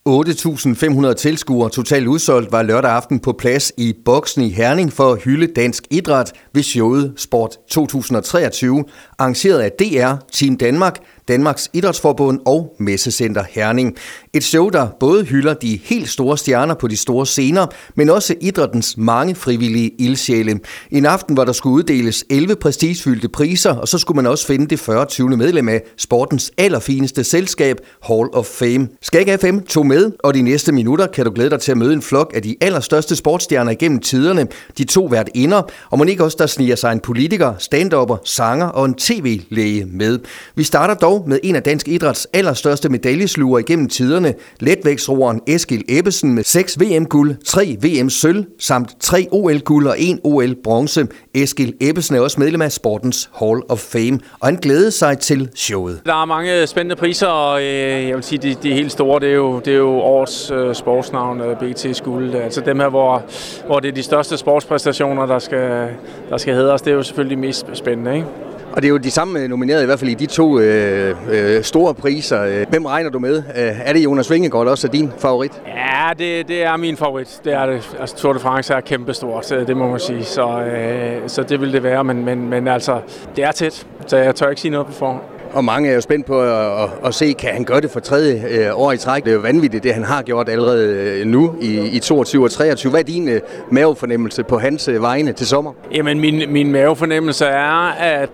8.500 tilskuere totalt udsolgt var lørdag aften på plads i Boksen i Herning for at hylde dansk idræt ved showet Sport 2023, arrangeret af DR, Team Danmark, Danmarks Idrætsforbund og Messecenter Herning. Et show, der både hylder de helt store stjerner på de store scener, men også idrættens mange frivillige ildsjæle. En aften, hvor der skulle uddeles 11 prestigefyldte priser, og så skulle man også finde det 40. medlem af sportens allerfineste selskab, Hall of Fame. Skag FM tog med, og de næste minutter kan du glæde dig til at møde en flok af de allerstørste sportsstjerner igennem tiderne. De to værtinder, og mon ikke også der sniger sig en politiker, stand-upper, sanger og en tv-læge med. Vi starter dog med en af dansk idræts allerstørste medaljesluger igennem tiderne, letvægtsroeren Eskil Ebbesen med 6 VM-guld, 3 VM-sølv samt 3 OL-guld og 1 OL-bronze. Eskil Ebbesen er også medlem af sportens Hall of Fame, og han glæder sig til showet. Der er mange spændende priser, og jeg vil sige, de helt store, det er jo årets sportsnavn, BT's guld. Altså dem her, hvor det er de største sportspræstationer, der skal hædres, det er jo selvfølgelig mest spændende, ikke? Og det er jo de samme nominerede, i hvert fald i de to store priser. Hvem regner du med? Er det Jonas Vingegaard også din favorit? Ja, det er min favorit. Det er det. Altså, Tour de France er kæmpestort, det må man sige. Så det vil det være, men altså, det er tæt, så jeg tør ikke sige noget på forhånd. Og mange er jo spændt på at se, kan han gøre det for tredje år i træk? Det er jo vanvittigt, det han har gjort allerede nu i 22 og 23. Hvad er din mavefornemmelse på hans vegne til sommer? Jamen, min mavefornemmelse er,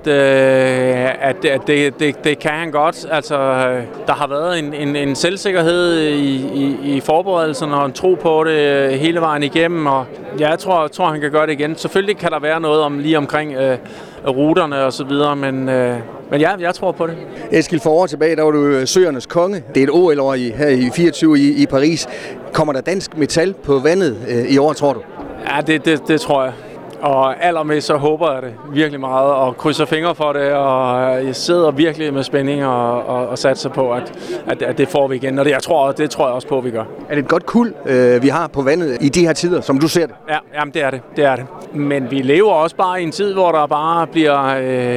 at det kan han godt. Altså, der har været en selvsikkerhed i forberedelserne og en tro på det hele vejen igennem. Og jeg tror, han kan gøre det igen. Selvfølgelig kan der være noget lige omkring ruterne og så videre, men ja, jeg tror på det. Eskil, for år tilbage, der var du søernes konge. Det er et OL-år her i 24 i Paris. Kommer der dansk metal på vandet i år, tror du? Ja, det tror jeg. Og allermest så håber jeg det virkelig meget, og krydser fingre for det, og jeg sidder virkelig med spænding og satser på, at det får vi igen. Og det tror jeg også på, at vi gør. Er det et godt kuld, vi har på vandet i de her tider, som du ser det? Ja, jamen det er det. Men vi lever også bare i en tid, hvor der bare bliver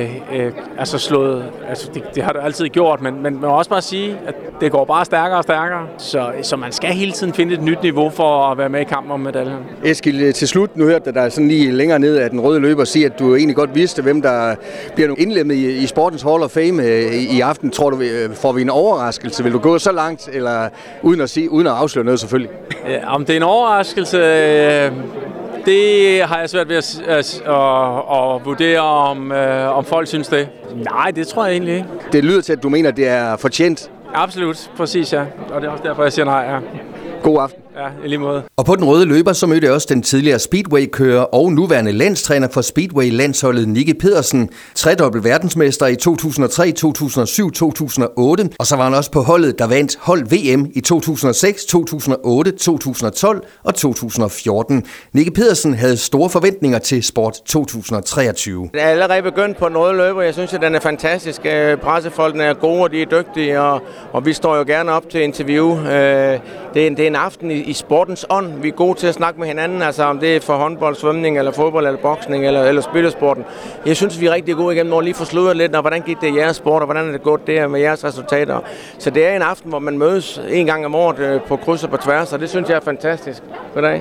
slået. Altså det har det altid gjort, men man må også bare sige, at det går bare stærkere og stærkere. Så man skal hele tiden finde et nyt niveau for at være med i kampen om medaljen. Eskil, til slut, nu hørte der sådan lige længere ned af den røde løber sige, at du egentlig godt vidste, hvem der bliver indlemmet i sportens Hall of Fame i aften. Tror du, får vi en overraskelse? Vil du gå så langt, eller uden at afsløre noget selvfølgelig? Om det er en overraskelse, det har jeg svært ved at vurdere, om folk synes det. Nej, det tror jeg egentlig ikke. Det lyder til, at du mener, at det er fortjent. Absolut, præcis ja. Og det er også derfor, jeg siger nej. Ja. God aften. Ja, i lige måde. Og på den røde løber, så mødte jeg også den tidligere Speedway-kører og nuværende landstræner for Speedway-landsholdet Nicke Pedersen. Tredobbelt verdensmester i 2003, 2007, 2008. Og så var han også på holdet, der vandt hold VM i 2006, 2008, 2012 og 2014. Nicke Pedersen havde store forventninger til Sport 2023. Det er allerede begyndt på den røde løber. Jeg synes, at den er fantastisk. Pressefolkene er gode, og de er dygtige, og vi står jo gerne op til interview. Det er en aften i sportens ånd. Vi er gode til at snakke med hinanden, altså om det er for håndbold, svømning, eller fodbold, eller boksning, eller spillersporten. Jeg synes, vi er rigtig gode igennem, når lige får sludret lidt, og hvordan gik det i jeres sport, og hvordan er det gået der med jeres resultater. Så det er en aften, hvor man mødes en gang om året på kryds og på tværs, og det synes jeg er fantastisk. Goddag.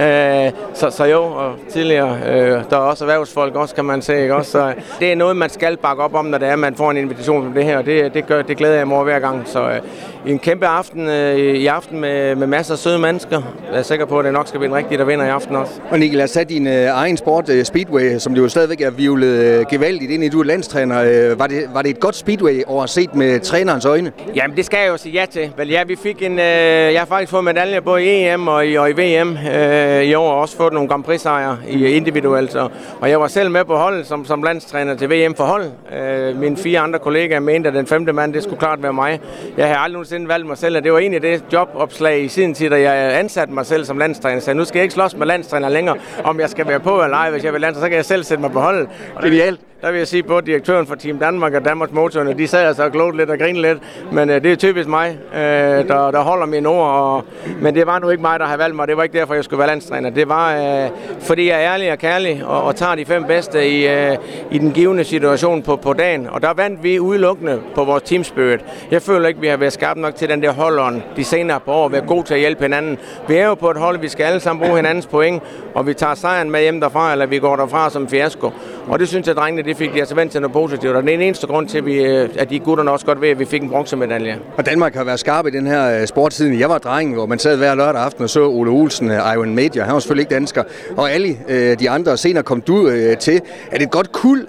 Så jo, og tidligere, der er også erhvervsfolk, også kan man sige, ikke? Også, så det er noget, man skal bakke op om, når det er, man får en invitation som det her, og det glæder jeg mig over hver gang. Så en kæmpe aften i aften med masser af søde mennesker. Jeg er sikker på, at det nok skal blive en rigtig, der vinder i aften også. Og Nicke, lad os tage din egen sport, Speedway, som det jo stadigvæk er vivlet gevaldigt ind i, du er landstræner. Var det et godt Speedway-år set med trænerens øjne? Jamen, det skal jeg jo sige ja til. Vel, ja, vi fik jeg har faktisk fået medaljer både i EM og i VM i år, og også fået nogle Grand Prix-sejre individuelt. Og jeg var selv med på holdet som landstræner til VM for hold. Mine 4 andre kollegaer mente, at den 5. mand, det skulle klart være mig. Jeg har aldrig nogensinde valgt mig selv, og det var egentlig det jobopslag i sin tid, da jeg ansatte mig selv som landstræner. Så nu skal jeg ikke slås med landstræner længere, om jeg skal være på eller ej. Hvis jeg vil landstræner, så kan jeg selv sætte mig på holdet. Genialt. Der vil jeg sige, både direktøren for Team Danmark og Danmarks Motorerne, de sad altså og glodede lidt og grinede lidt. Men det er typisk mig, der holder mine ord. Men det var nu ikke mig, der har valgt mig. Det var ikke derfor, jeg skulle være landstræner. Det var, fordi jeg er ærlig og kærlig og tager de 5 bedste i den givende situation på dagen. Og der vandt vi udelukkende på vores team spirit. Jeg føler ikke, vi har været skarpe nok til den der holdånd de senere på år, være god til at hjælpe hinanden. Vi er jo på et hold, vi skal alle sammen bruge hinandens point, og vi tager sejren med hjem derfra, eller vi går derfra som fiasko. Og det synes jeg, drengene, det fik de altså vendt til noget positivt, og det er den eneste grund til, at de gutterne også godt ved, at vi fik en bronzemedalje. Og Danmark har været skarp i den her sport siden jeg var dreng, hvor man sad hver lørdag aften og så Ole Olsen, Iron Major. Han var selvfølgelig ikke dansker, og alle de andre. Senere kom du til. Er det et godt kuld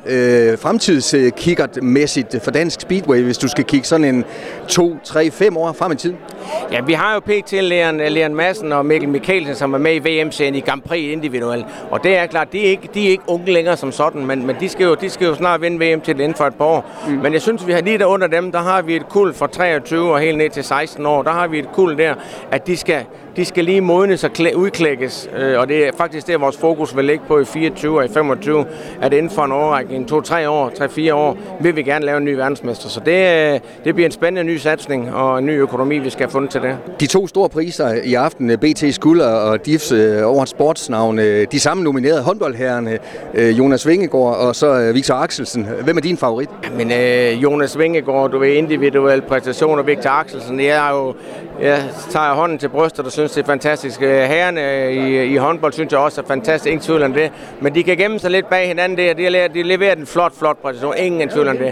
fremtidskikkertmæssigt for dansk speedway, hvis du skal kigge sådan en 2, 3, 5 år frem i tiden? Ja, vi har jo pt. Leon Madsen og Mikkel Mikkelsen, som er med i VM-serien i Grand Prix individuelt. Og det er klart, de er ikke unge længere som sådan, men de skal jo snart vinde VM til inden for et par år. Men jeg synes, vi har lige der under dem, der har vi et kuld fra 23 og helt ned til 16 år. Der har vi et kuld der, at de skal lige modnes og udklækkes, og det er faktisk det, vores fokus vil ligge på i 24 og i 25, at inden for en årrække, en 2-3 år, 3-4 år, vil vi gerne lave en ny verdensmester. Så det bliver en spændende ny satsning og en ny økonomi, vi skal have fundet til det. De to store priser i aften, BT Skulder og DIFs årets sportsnavn, de samme nominerede håndboldherrerne, Jonas Vingegaard og så Victor Axelsen. Hvem er din favorit? Men Jonas Vingegaard, du ved, individuel præstation, og Victor Axelsen, jeg tager hånden til brystet og synes, det er fantastisk. Herrerne i håndbold synes jeg også er fantastisk, ingen tvivl om det. Men de kan gemme sig lidt bag hinanden der. De leverer en flot præstation, ingen tvivl om det.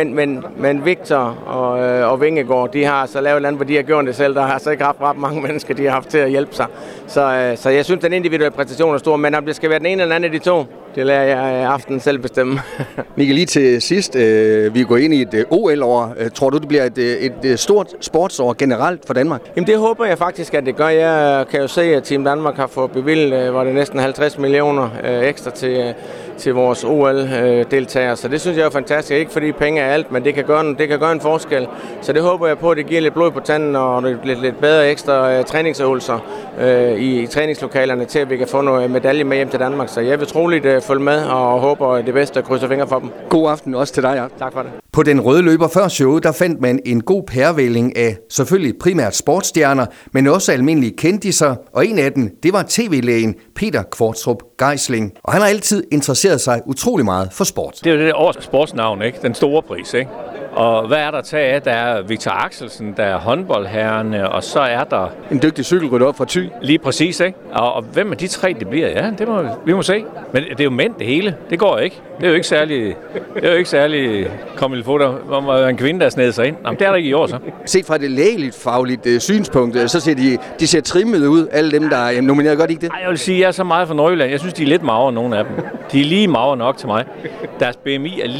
Men Victor og Vingegaard, de har altså lavet et andet, hvor de har gjort det selv. Der har altså ikke haft ret mange mennesker, de har haft til at hjælpe sig. Så jeg synes, den individuelle præstation er stor, men om det skal være den ene eller den anden af de to, det lader jeg aften selv bestemme. Mikkel, lige til sidst, vi går ind i et OL-år. Tror du, det bliver et stort sportsår generelt for Danmark? Jamen det håber jeg faktisk, at det gør. Jeg kan jo se, at Team Danmark har fået bevilget, var det næsten 50 millioner ekstra til vores OL-deltagere. Så det synes jeg er fantastisk. Ikke fordi penge er alt, men det kan gøre en forskel. Så det håber jeg på, at det giver lidt blod på tanden og lidt bedre ekstra træningsøvelser i træningslokalerne til, at vi kan få noget medalje med hjem til Danmark. Så jeg vil troligt følge med og håber det bedste og krydser fingre for dem. God aften også til dig, ja. Tak for det. På den røde løber før showet, der fandt man en god pærevælling af selvfølgelig primært sportsstjerner, men også almindelige kendiser, og en af dem, det var tv-lægen Peter Kvartrup Geisling. Og han har altid interesseret sig utrolig meget for sport. Det er jo det års sportsnavn, ikke? Den store pris, ikke? Og hvad er der at tage af? Der er Victor Axelsen, der er håndboldherrerne, og så er der en dygtig cykelrytter op fra Thy. Lige præcis, ikke? Og hvem af de tre det bliver? Ja, vi må se. Men det er jo mænd det hele. Det går ikke. Det er jo ikke særlig komme i foto, hvor en kvinde der sned sig ind. Jamen, det er der ikke i år så. Set fra det lægeligt fagligt synspunkt, så ser de ser trimmet ud, alle dem der er nomineret. Godt ikke det? Ej, jeg vil sige, jeg er så meget fra Nordjylland. Jeg synes, de er lidt magre, nogle af dem. De er lige magre nok til mig. Deres BMI er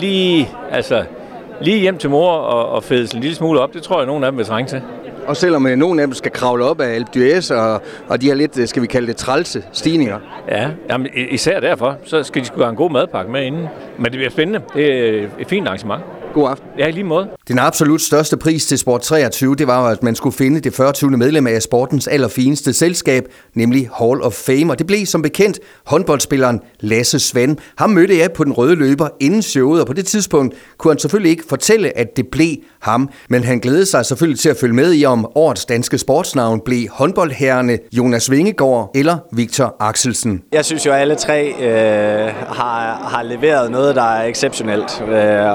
lige hjem til mor og fedes en lille smule op. Det tror jeg, nogen af dem vil trænge til. Og selvom nogle af dem skal kravle op af Alpe d'Huez, og de har lidt, skal vi kalde det, trælse stigninger. Ja, jamen, især derfor, så skal de sgu have en god madpakke med inden. Men det bliver spændende. Det er et fint arrangement. God aften. Ja, i lige måde. Den absolut største pris til Sport 23, det var, at man skulle finde det 40. medlem af sportens allerfineste selskab, nemlig Hall of Fame. Og det blev som bekendt håndboldspilleren Lasse Svand. Ham mødte jeg på den røde løber inden showet, og på det tidspunkt kunne han selvfølgelig ikke fortælle, at det blev ham. Men han glædede sig selvfølgelig til at følge med i, om årets danske sportsnavn blev håndboldherrerne Jonas Vingegaard eller Victor Axelsen. Jeg synes jo, at alle tre har leveret noget, der er exceptionelt.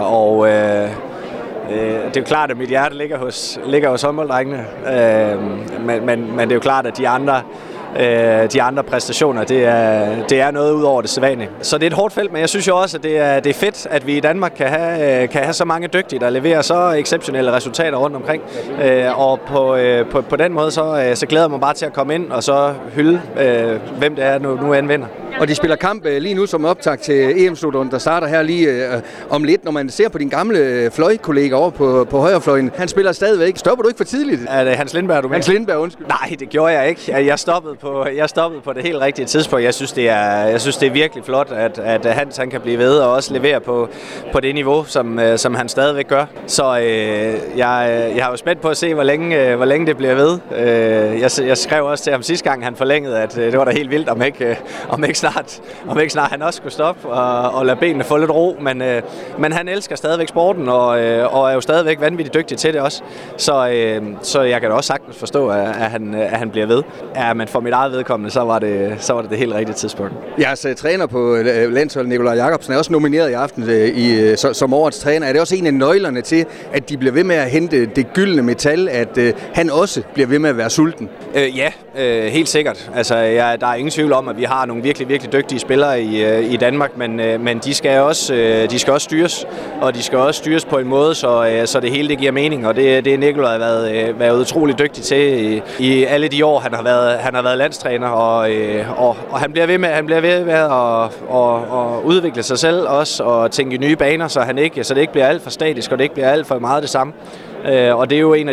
Det er jo klart, at mit hjerte ligger hos håndbolddrengene, men det er jo klart, at de andre præstationer, det er noget ud over det sædvanlige. Så det er et hårdt felt, men jeg synes jo også, at det er fedt, at vi i Danmark kan have så mange dygtige, der leverer så exceptionelle resultater rundt omkring. Og på den måde, så glæder jeg mig bare til at komme ind og så hylde, hvem det er, nu anvender. Og de spiller kamp lige nu som optakt til EM-slutrunden, der starter her lige om lidt. Når man ser på din gamle fløjkollega over på højrefløjen, han spiller stadigvæk. Stopper du ikke for tidligt? Er det Hans Lindberg, du mener? Hans Lindberg, undskyld. Nej, det gjorde jeg ikke. Jeg stoppede på det helt rigtige tidspunkt. Jeg synes, det er virkelig flot, at Hans han kan blive ved og også levere på det niveau, som han stadigvæk gør. Så jeg er jo spændt på at se, hvor længe det bliver ved. Jeg skrev også til ham sidste gang, han forlængede, at det var da helt vildt, om ikke snart han også skulle stoppe og lade benene få lidt ro, men han elsker stadigvæk sporten og er jo stadigvæk vanvittigt dygtig til det også. Så jeg kan da også sagtens forstå, at han bliver ved. Er man Formel mit eget vedkommende, så var det helt rigtige tidspunkt. Jeres træner på landsholdet, Nikolaj Jacobsen, er også nomineret i aften som årets træner. Er det også en af nøglerne til, at de bliver ved med at hente det gyldne metal, at han også bliver ved med at være sulten? Ja, helt sikkert. Altså, der er ingen tvivl om, at vi har nogle virkelig, virkelig dygtige spillere i Danmark, men de skal også styres, og de skal også styres på en måde, så det hele det giver mening, og det er Nikolaj været utrolig dygtig til i alle de år, han har været landstræner, og han bliver ved med at udvikle sig selv også, og tænke i nye baner, så det ikke bliver alt for statisk, og det ikke bliver alt for meget det samme. Og det er jo en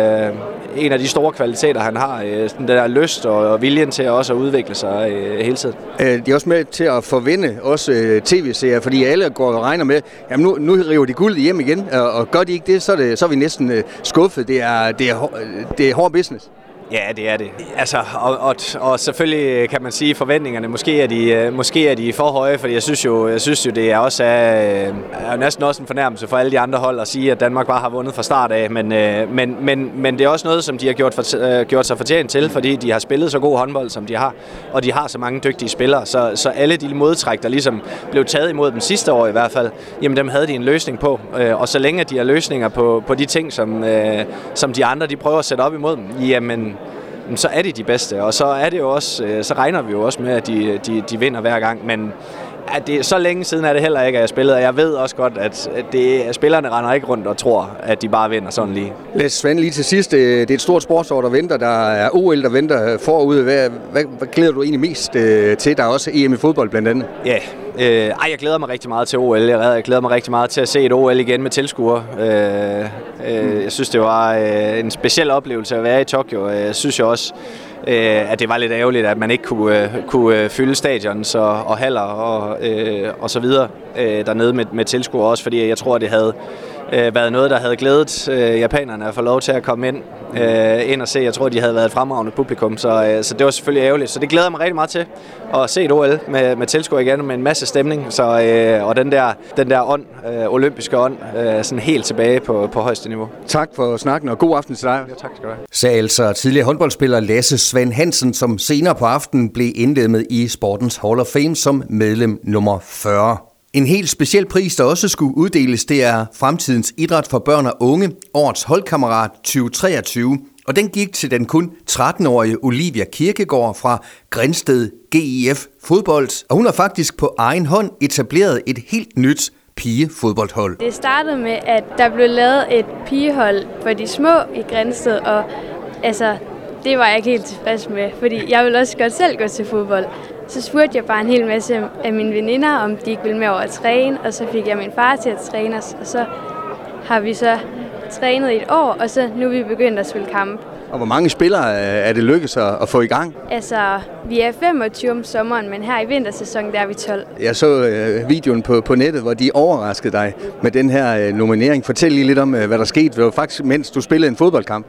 af de store kvaliteter, han har, den der lyst og viljen til også at udvikle sig hele tiden. De er også med til at forvinde også tv-serier, fordi alle går og regner med, jamen nu river de guld hjem igen, og gør de ikke det, så er vi næsten skuffet. Det er hård business. Ja, det er det. Altså, og selvfølgelig kan man sige, at forventningerne måske er de for høje, fordi jeg synes jo det er også er næsten også en fornærmelse for alle de andre hold at sige, at Danmark bare har vundet fra start af, men det er også noget, som de har gjort sig fortjent til, fordi de har spillet så god håndbold, som de har, og de har så mange dygtige spillere, så alle de modtræk, der ligesom blev taget imod dem sidste år i hvert fald, jamen dem havde de en løsning på, og så længe de har løsninger på de ting, som de andre de prøver at sætte op imod dem, jamen så er de bedste, og så er det jo også, så regner vi jo også med, at de vinder hver gang, men så længe siden er det heller ikke, at jeg spillede, og jeg ved også godt, at spillerne render ikke rundt og tror, at de bare vinder sådan lige. Lasse Svend, lige til sidst, det er et stort sportsår, der venter, der er OL, der venter forude. Hvad glæder du egentlig mest til? Der er også EM i fodbold blandt andet. Ja, jeg glæder mig rigtig meget til OL. Jeg glæder mig rigtig meget til at se et OL igen med tilskuere. Jeg synes, det var en speciel oplevelse at være i Tokyo. Jeg synes jo også, at det var lidt ærgerligt, at man ikke kunne fylde stadions og haller og så videre dernede med tilskuere også, fordi jeg tror, at det havde været noget, der havde glædet japanerne at få lov til at komme ind og se. Jeg tror, de havde været et fremragende publikum, så det var selvfølgelig ærgerligt. Så det glæder mig rigtig meget til at se et OL med tilskuere igen med en masse stemning, og den der ånd, olympiske ånd, sådan helt tilbage på højeste niveau. Tak for snakken, og god aften til dig. Ja, tak skal du have. Sagde altså tidligere håndboldspiller Lasse Svend Hansen, som senere på aftenen blev indlemmet i Sportens Hall of Fame som medlem nummer 40. En helt speciel pris, der også skulle uddeles, det er Fremtidens Idræt for Børn og Unge, årets holdkammerat 2023. Og den gik til den kun 13-årige Olivia Kirkegaard fra Grindsted GIF Fodbold. Og hun har faktisk på egen hånd etableret et helt nyt pigefodboldhold. Det startede med, at der blev lavet et pigehold for de små i Grindsted, og det var jeg ikke helt tilfreds med, fordi jeg ville også godt selv gå til fodbold. Så spurgte jeg bare en hel masse af mine veninder, om de ikke ville med over at træne, og så fik jeg min far til at træne os, og så har vi så trænet i et år, og så nu er vi begyndt at spille kamp. Og hvor mange spillere er det lykkedes at få i gang? Vi er 25 om sommeren, men her i vintersæsonen der er vi 12. Jeg så videoen på nettet, hvor de overraskede dig med den her nominering. Fortæl lige lidt om, hvad der skete. Det var faktisk, mens du spillede en fodboldkamp.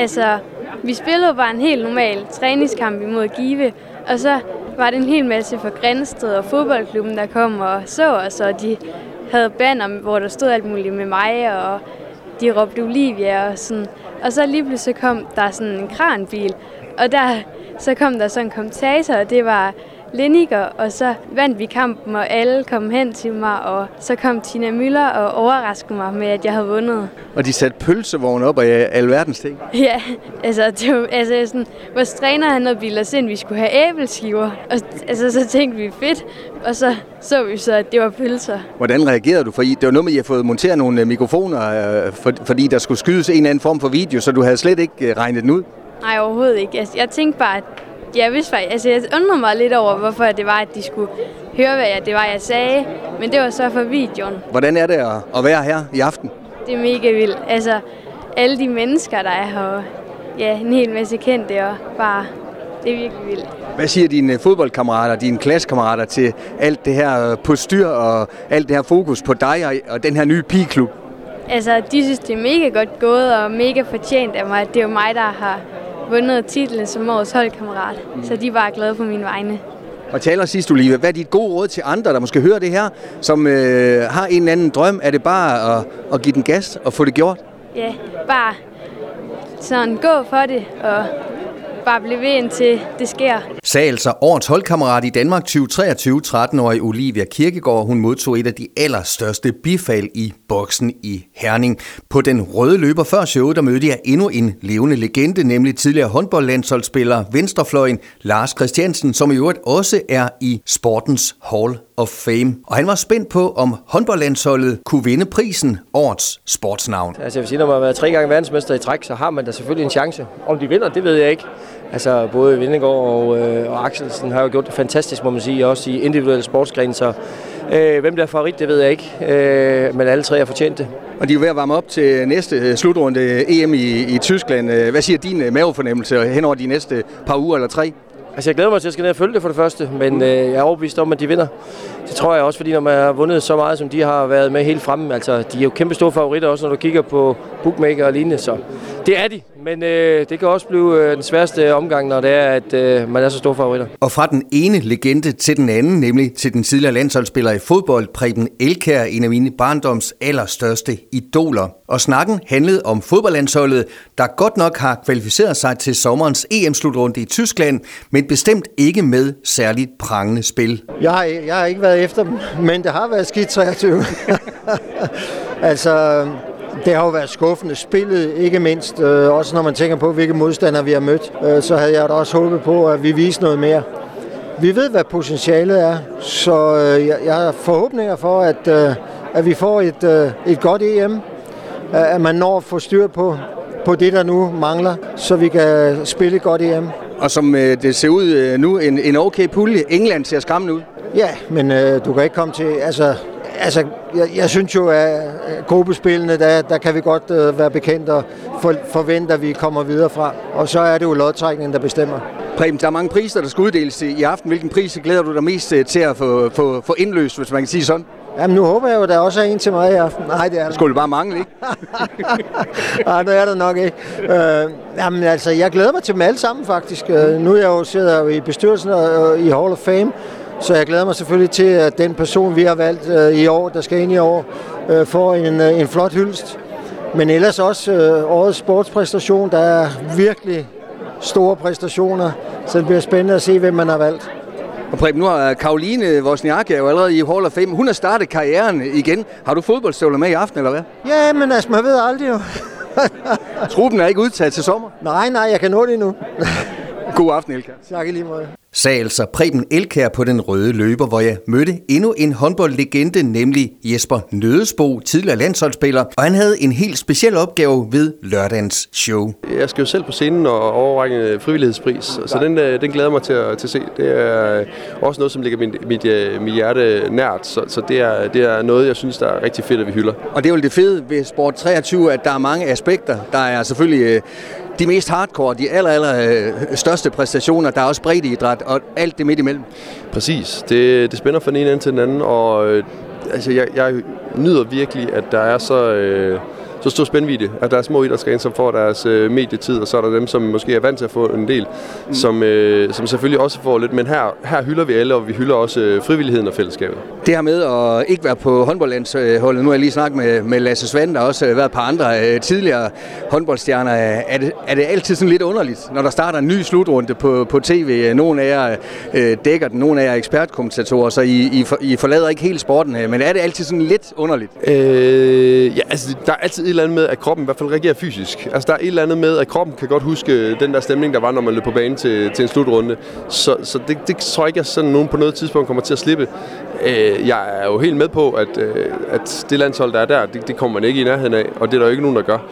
Vi spillede bare en helt normal træningskamp imod Give, og så var det en hel masse fra Grindsted og fodboldklubben, der kom og så os, og de havde banner, hvor der stod alt muligt med mig, og de råbte Olivia og sådan. Og så lige pludselig kom der sådan en kranbil, og så kom der sådan en kommentator, og det var Lenniger, og så vandt vi kampen, og alle kom hen til mig, og så kom Tina Müller og overraskede mig med, at jeg havde vundet. Og de satte pølsevogne op og alverdens ting? Ja, det var sådan, vores træner havde bildet os ind, vi skulle have æbleskiver, og så tænkte vi fedt, og så vi så, at det var pølser. Hvordan reagerede du? For det var noget med, at I havde fået monteret nogle mikrofoner, fordi der skulle skydes en eller anden form for video, så du havde slet ikke regnet den ud? Nej, overhovedet ikke. Jeg tænkte bare, at jeg undrede mig lidt over, hvorfor det var, at de skulle høre, hvad det var, jeg sagde. Men det var så for videoen. Hvordan er det at være her i aften? Det er mega vildt. Alle de mennesker, der er her, og en hel masse kendte, og bare, det er virkelig vildt. Hvad siger dine fodboldkammerater, dine klassekammerater til alt det her postyr og alt det her fokus på dig og den her nye pigeklub? De synes, det er mega godt gået og mega fortjent af mig. Det er jo mig, der har vundet titlen som årets holdkammerat, så de var glade på mine vegne. Og til allersidst, Olivia, hvad er dit gode råd til andre, der måske hører det her, som har en eller anden drøm? Er det bare at give den gas og få det gjort? Ja, bare sådan gå for det og bare blive ved, indtil det sker. Sagde altså årets holdkammerat i Danmark 2023, 13-årige Olivia Kirkegaard. Hun modtog et af de allerstørste bifald i boksen i Herning. På den røde løber før showet, der mødte jeg endnu en levende legende, nemlig tidligere håndboldlandsholdsspiller venstrefløjen Lars Christiansen, som i øvrigt også er i Sportens Hall of Fame. Og han var spændt på, om håndboldlandsholdet kunne vinde prisen Årets Sportsnavn. Altså jeg vil sige, når man har været 3 gange verdensmester i træk, så har man da selvfølgelig en chance. Om de vinder, det ved jeg ikke. Altså både Vindegaard og Axelsen har jo gjort det fantastisk, må man sige, også i individuelle sportsgrene, så hvem der er favorit, det ved jeg ikke, men alle 3 har fortjent det. Og de er ved at varme op til næste slutrunde EM i Tyskland. Hvad siger din mavefornemmelse hen over de næste par uger eller 3? Altså jeg glæder mig til at skal ned og følge det for det første, men jeg er overbevist om, at de vinder. Det tror jeg også, fordi når man har vundet så meget, som de har været med helt fremme, altså de er jo kæmpe store favoritter også, når du kigger på bookmaker og lignende, så det er de. Men det kan også blive den sværeste omgang, når det er, at man er så store favoritter. Og fra den ene legende til den anden, nemlig til den tidligere landsholdsspiller i fodbold, Preben Elkjær, en af mine barndoms allerstørste idoler. Og snakken handlede om fodboldlandsholdet, der godt nok har kvalificeret sig til sommerens EM-slutrunde i Tyskland, men bestemt ikke med særligt prangende spil. Jeg har ikke været efter dem, men det har været skidt 23. Altså, det har jo været skuffende spillet, ikke mindst. Også når man tænker på, hvilke modstandere vi har mødt. Så havde jeg da også håbet på, at vi viste noget mere. Vi ved, hvad potentialet er, så jeg har forhåbninger for, at vi får et godt EM. At man når at få styr på det, der nu mangler, så vi kan spille et godt EM. Og som det ser ud nu, en okay pulje. England ser skræmmende ud. Ja, men du kan ikke komme til... Altså, jeg synes jo, at gruppespillene, der kan vi godt være bekendt og forvente, at vi kommer videre fra. Og så er det jo lodtrækningen, der bestemmer. Preben, der er mange priser, der skal uddeles i aften. Hvilken pris glæder du dig mest til at få indløst, hvis man kan sige sådan? Jamen, nu håber jeg jo, at der også er en til mig i aften. Nej, det er der. Skulle det bare mangle, ikke? Nej, det er der nok ikke. Jamen, altså, jeg glæder mig til dem alle sammen, faktisk. Nu er jeg jo sidder i bestyrelsen og i Hall of Fame, så jeg glæder mig selvfølgelig til, at den person, vi har valgt i år, der skal ind i år, får en flot hyldest. Men ellers også årets sportspræstation, der er virkelig store præstationer, så det bliver spændende at se, hvem man har valgt. Og Preben, nu har Karoline Wozniacki jo allerede i Hall of Fame. Hun har startet karrieren igen. Har du fodboldstøvler med i aften, eller hvad? Ja, men altså, man ved aldrig jo. Truppen er ikke udtaget til sommer? Nej, jeg kan nå det nu. God aften, Elkjær. Tak i lige måde. Sagde altså Preben Elkjær på den røde løber, hvor jeg mødte endnu en håndboldlegende, nemlig Jesper Nødesbo, tidligere landsholdsspiller, og han havde en helt speciel opgave ved lørdagens show. Jeg skal jo selv på scenen og overrække en frivillighedspris, så den glæder mig til at se. Det er også noget, som ligger mit hjerte nært, så det er noget, jeg synes, der er rigtig fedt, at vi hylder. Og det er jo det fede ved Sport 23, at der er mange aspekter. Der er selvfølgelig de mest hardcore, de aller største præstationer. Der er også breddeidræt og alt det midt imellem. Præcis. Det spænder fra den ene ende til den anden, og altså, jeg nyder virkelig, at der er så stor spændvidde, at der er små idrætsgrene, som får deres medietid, og så er der dem, som måske er vant til at få en del, som selvfølgelig også får lidt. Men her hylder vi alle, og vi hylder også frivilligheden og fællesskabet. Det her med at ikke være på håndboldlandsholdet, nu har jeg lige snakket med Lasse Svand, der også har været på andre tidligere håndboldstjerner. Er det altid sådan lidt underligt, når der starter en ny slutrunde på tv? Nogle af jer dækker den, nogle af jer er ekspertkommentatorer, så I forlader ikke hele sporten, men er det altid sådan lidt underligt? Ja, altså der er altid et eller andet med, at kroppen i hvert fald reagerer fysisk. Altså der er et eller andet med, at kroppen kan godt huske den der stemning, der var, når man løb på banen til en slutrunde. Så det tror jeg ikke, at sådan nogen på noget tidspunkt kommer til at slippe. Jeg er jo helt med på, at det landshold, der er der, det kommer man ikke i nærheden af, og det er der jo ikke nogen, der gør.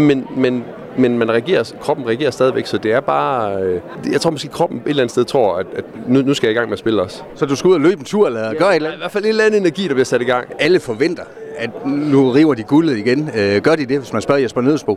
Men kroppen reagerer stadigvæk, så det er bare... Jeg tror måske, kroppen et eller andet sted tror, at nu skal jeg i gang med at spille også. Så du skal ud og løbe en tur, eller gøre et eller andet? I hvert fald en eller anden energi, der bliver sat i gang. Alle forventer, at nu river de guldet igen. Gør de det, hvis man spørger Jesper Nødesbo?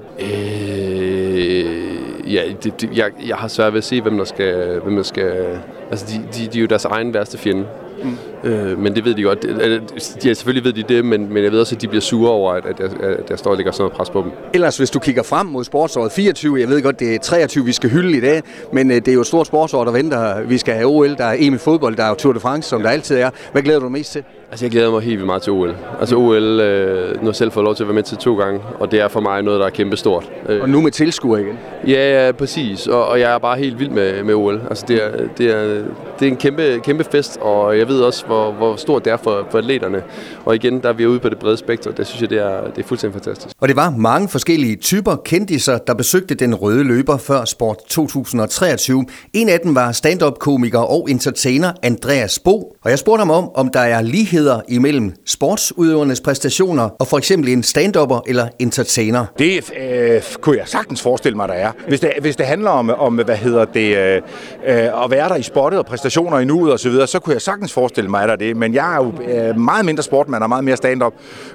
Ja, jeg har svært ved at se, hvem der skal... Altså, de er jo deres egen værste fjende. Men det ved de godt. Selvfølgelig ved de det, men jeg ved også, at de bliver sure over, at jeg står og lægger sådan noget pres på dem. Ellers, hvis du kigger frem mod sportsåret 24, jeg ved godt, det er 23, vi skal hylde i dag, men det er jo et stort sportsår, der venter. Vi skal have OL, der er EM i fodbold, der er Tour de France, som der altid er. Hvad glæder du mest til? Altså, jeg glæder mig helt vildt meget til OL. Altså, OL, nu har jeg selv fået lov til at være med til 2 gange, og det er for mig noget, der er kæmpe stort. Og nu med tilskuer igen? Ja, præcis. Og jeg er bare helt vild med OL. Altså, det er en kæmpe fest, og jeg ved også, hvor stort det er for atleterne. Og igen, der er vi ude på det brede spektrum. Det synes jeg, det er fuldstændig fantastisk. Og det var mange forskellige typer kendiser, der besøgte den røde løber før Sport 2023. En af dem var stand-up-komiker og entertainer Andreas Bo. Og jeg spurgte ham om der er ligheder imellem sportsudøvernes præstationer og for eksempel en stand-upper eller entertainer. Det kunne jeg sagtens forestille mig, der er. Hvis det handler om at være der i spottet og præstationer i nuet og så videre, så kunne jeg sagtens forestille mig, at der er det. Men jeg er jo meget mindre sportmand og meget mere stand-up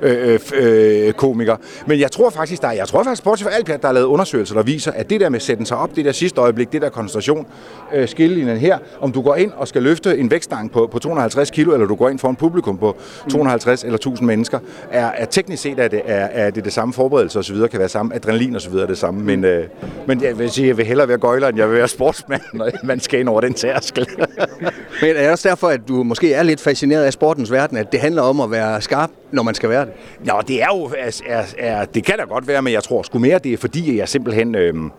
komiker. Men jeg tror faktisk, Sports for Alpia, der har lavet undersøgelser, der viser, at det der med at sætte sig op, det der sidste øjeblik, det der koncentration, skillelinjen her, om du går ind og skal løfte en vægtstang på 250 kilo, eller du går ind for en publikum på 250 eller 1000 mennesker, er teknisk set er det samme forberedelse og så videre, kan være samme adrenalin og så videre det samme. Men jeg vil sige, jeg vil hellere være gøjler, end jeg vil være sportsmand, når man skal ind over den tærskel. Men er det også derfor, at du måske er lidt fascineret af sportens verden, at det handler om at være skarp, når man skal være det? Ja, det er jo, det kan da godt være, men jeg tror sgu mere, det er fordi, jeg simpelthen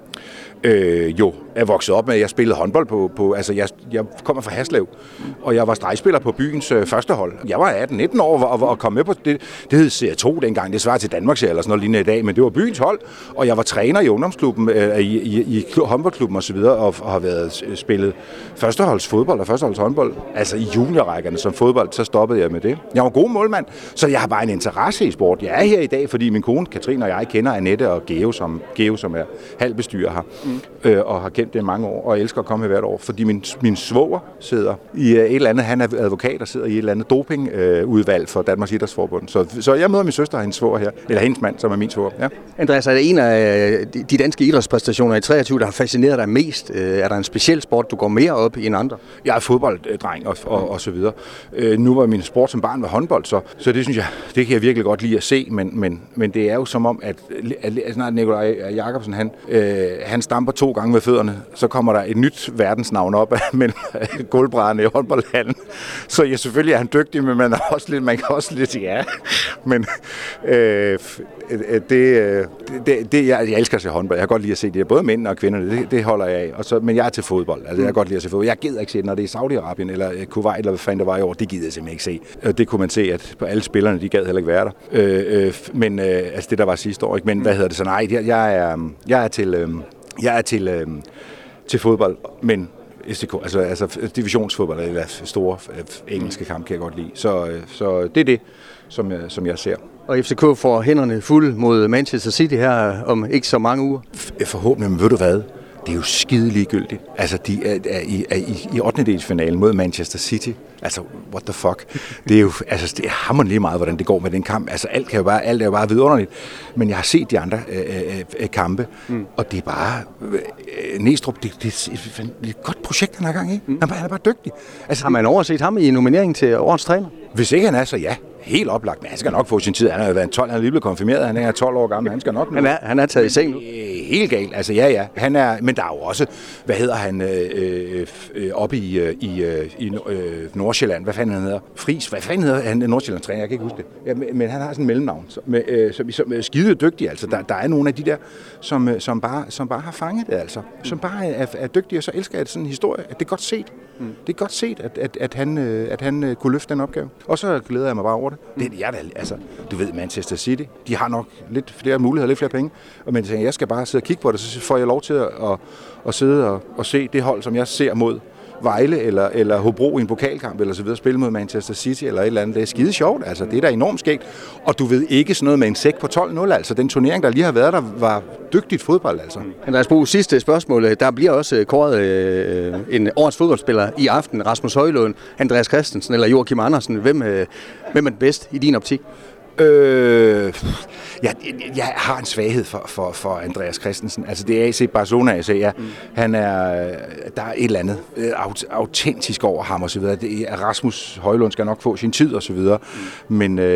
jo er vokset op med, at jeg spillede håndbold på jeg kommer fra Haslev, og jeg var stregspiller på byens første hold. Jeg var 18-19 år og kom med på det hed Serie 2 dengang, det svarer til Danmarks eller sådan noget lignende i dag, men det var byens hold, og jeg var træner i ungdomsklubben, i håndboldklubben og så videre, og har været spillet førsteholdsfodbold og førsteholdshåndbold, altså i juniorrækkerne som fodbold, så stoppede jeg med det. Jeg var god målmand, så jeg har bare en interesse i sport. Jeg er her i dag, fordi min kone Katrine og jeg kender Annette og Geo, som er halvbestyrer her, og har kendt det i mange år, og elsker at komme her hvert år, fordi min svoger sidder i et eller andet, han er advokat og sidder i et eller andet dopingudvalg for Danmarks Idrætsforbund. Så jeg møder min søster og hendes svoger her, eller hendes mand, som er min svoger. Ja. Andreas, er det en af de danske idrætspræstationer i 23, der har fascineret dig mest? Er der en speciel sport, du går mere op i end andre? Jeg er fodbolddreng og så videre. Nu var min sport som barn var håndbold, så det synes jeg, det kan jeg virkelig godt lide at se, men det er jo som om, at snart Nikolaj Jakobsen, han stamper 2 gange med fødderne, så kommer der et nyt verdensnavn op mellem gulvbrædderne i håndboldhallen. Så ja, selvfølgelig er han dygtig, men man kan også lidt, ja. Men jeg elsker at se håndbold. Jeg kan godt lide at se det, både mænd og kvinder, det holder jeg af. Men jeg er til fodbold. Altså, jeg kan godt lide at se fodbold. Jeg gider ikke se, når det er Saudi-Arabien eller Kuwait, eller hvad fanden der var i år. Det gider jeg simpelthen ikke se. Det kunne man se, at på alle spillerne, de gad heller ikke være der. Men det der var sidste år, ikke? Men hvad hedder det så? Nej, jeg er til fodbold, men SDK, altså divisionsfodbold eller store engelske kamp kan jeg godt lide. Så det er det, som jeg ser. Og FCK får hænderne fulde mod Manchester City her om ikke så mange uger. Forhåbentlig, men ved du hvad? Det er jo skide ligegyldigt. Altså, de er i 8. mod Manchester City. Altså, what the fuck? Det er jo, altså, det er hammerende lige meget, hvordan det går med den kamp. Altså, alt er jo bare vidunderligt. Men jeg har set de andre kampe, og det er bare Næstrup, det er et godt projekt, han har gang i. Han er bare dygtig. Altså, har man overset ham i nomineringen til årets træner? Hvis ikke han er, så ja. Helt oplagt, men han skal nok få sin tid. Han har været 12, han er lige blevet konfirmeret, han er 12 år gammel, han skal nok nu. Han er taget i seng nu. Helt galt, altså ja. Han er, men der er jo også, hvad hedder han, oppe i Nordsjælland, hvad fanden han hedder? Fris, hvad fanden hedder han? Nordsjællands træner, jeg kan ikke huske det. Ja, men han har sådan en mellemnavn, som er skide dygtig, altså. Der er nogle af de der, som bare har fanget det, altså. Som bare er dygtige, og så elsker jeg sådan en historie, at det er godt set. Det er godt set, at han kunne løfte den opgave. Og så glæder jeg mig bare over det. Det er jeg da, altså, du ved, Manchester City, de har nok lidt flere muligheder, lidt flere penge. Men jeg skal bare sidde og kigge på det, så får jeg lov til at sidde og se det hold, som jeg ser mod Vejle eller Hobro i en pokalkamp eller så videre, spille mod Manchester City eller et eller andet. Det er skide sjovt, altså. Det er da enormt skægt. Og du ved ikke sådan noget med en sæk på 12-0, altså. Den turnering, der lige har været der, var dygtigt fodbold, altså. Andreas Bo, sidste spørgsmål. Der bliver også kåret en årets fodboldspiller i aften. Rasmus Højlund, Andreas Christensen eller Joachim Andersen. Hvem er den bedst i din optik? Jeg har en svaghed for Andreas Christensen. Altså det er AC Barcelona, jeg siger. Han er, der er et eller andet autentisk over ham og så videre. Det er Rasmus Højlund skal nok få sin tid og så videre. Men der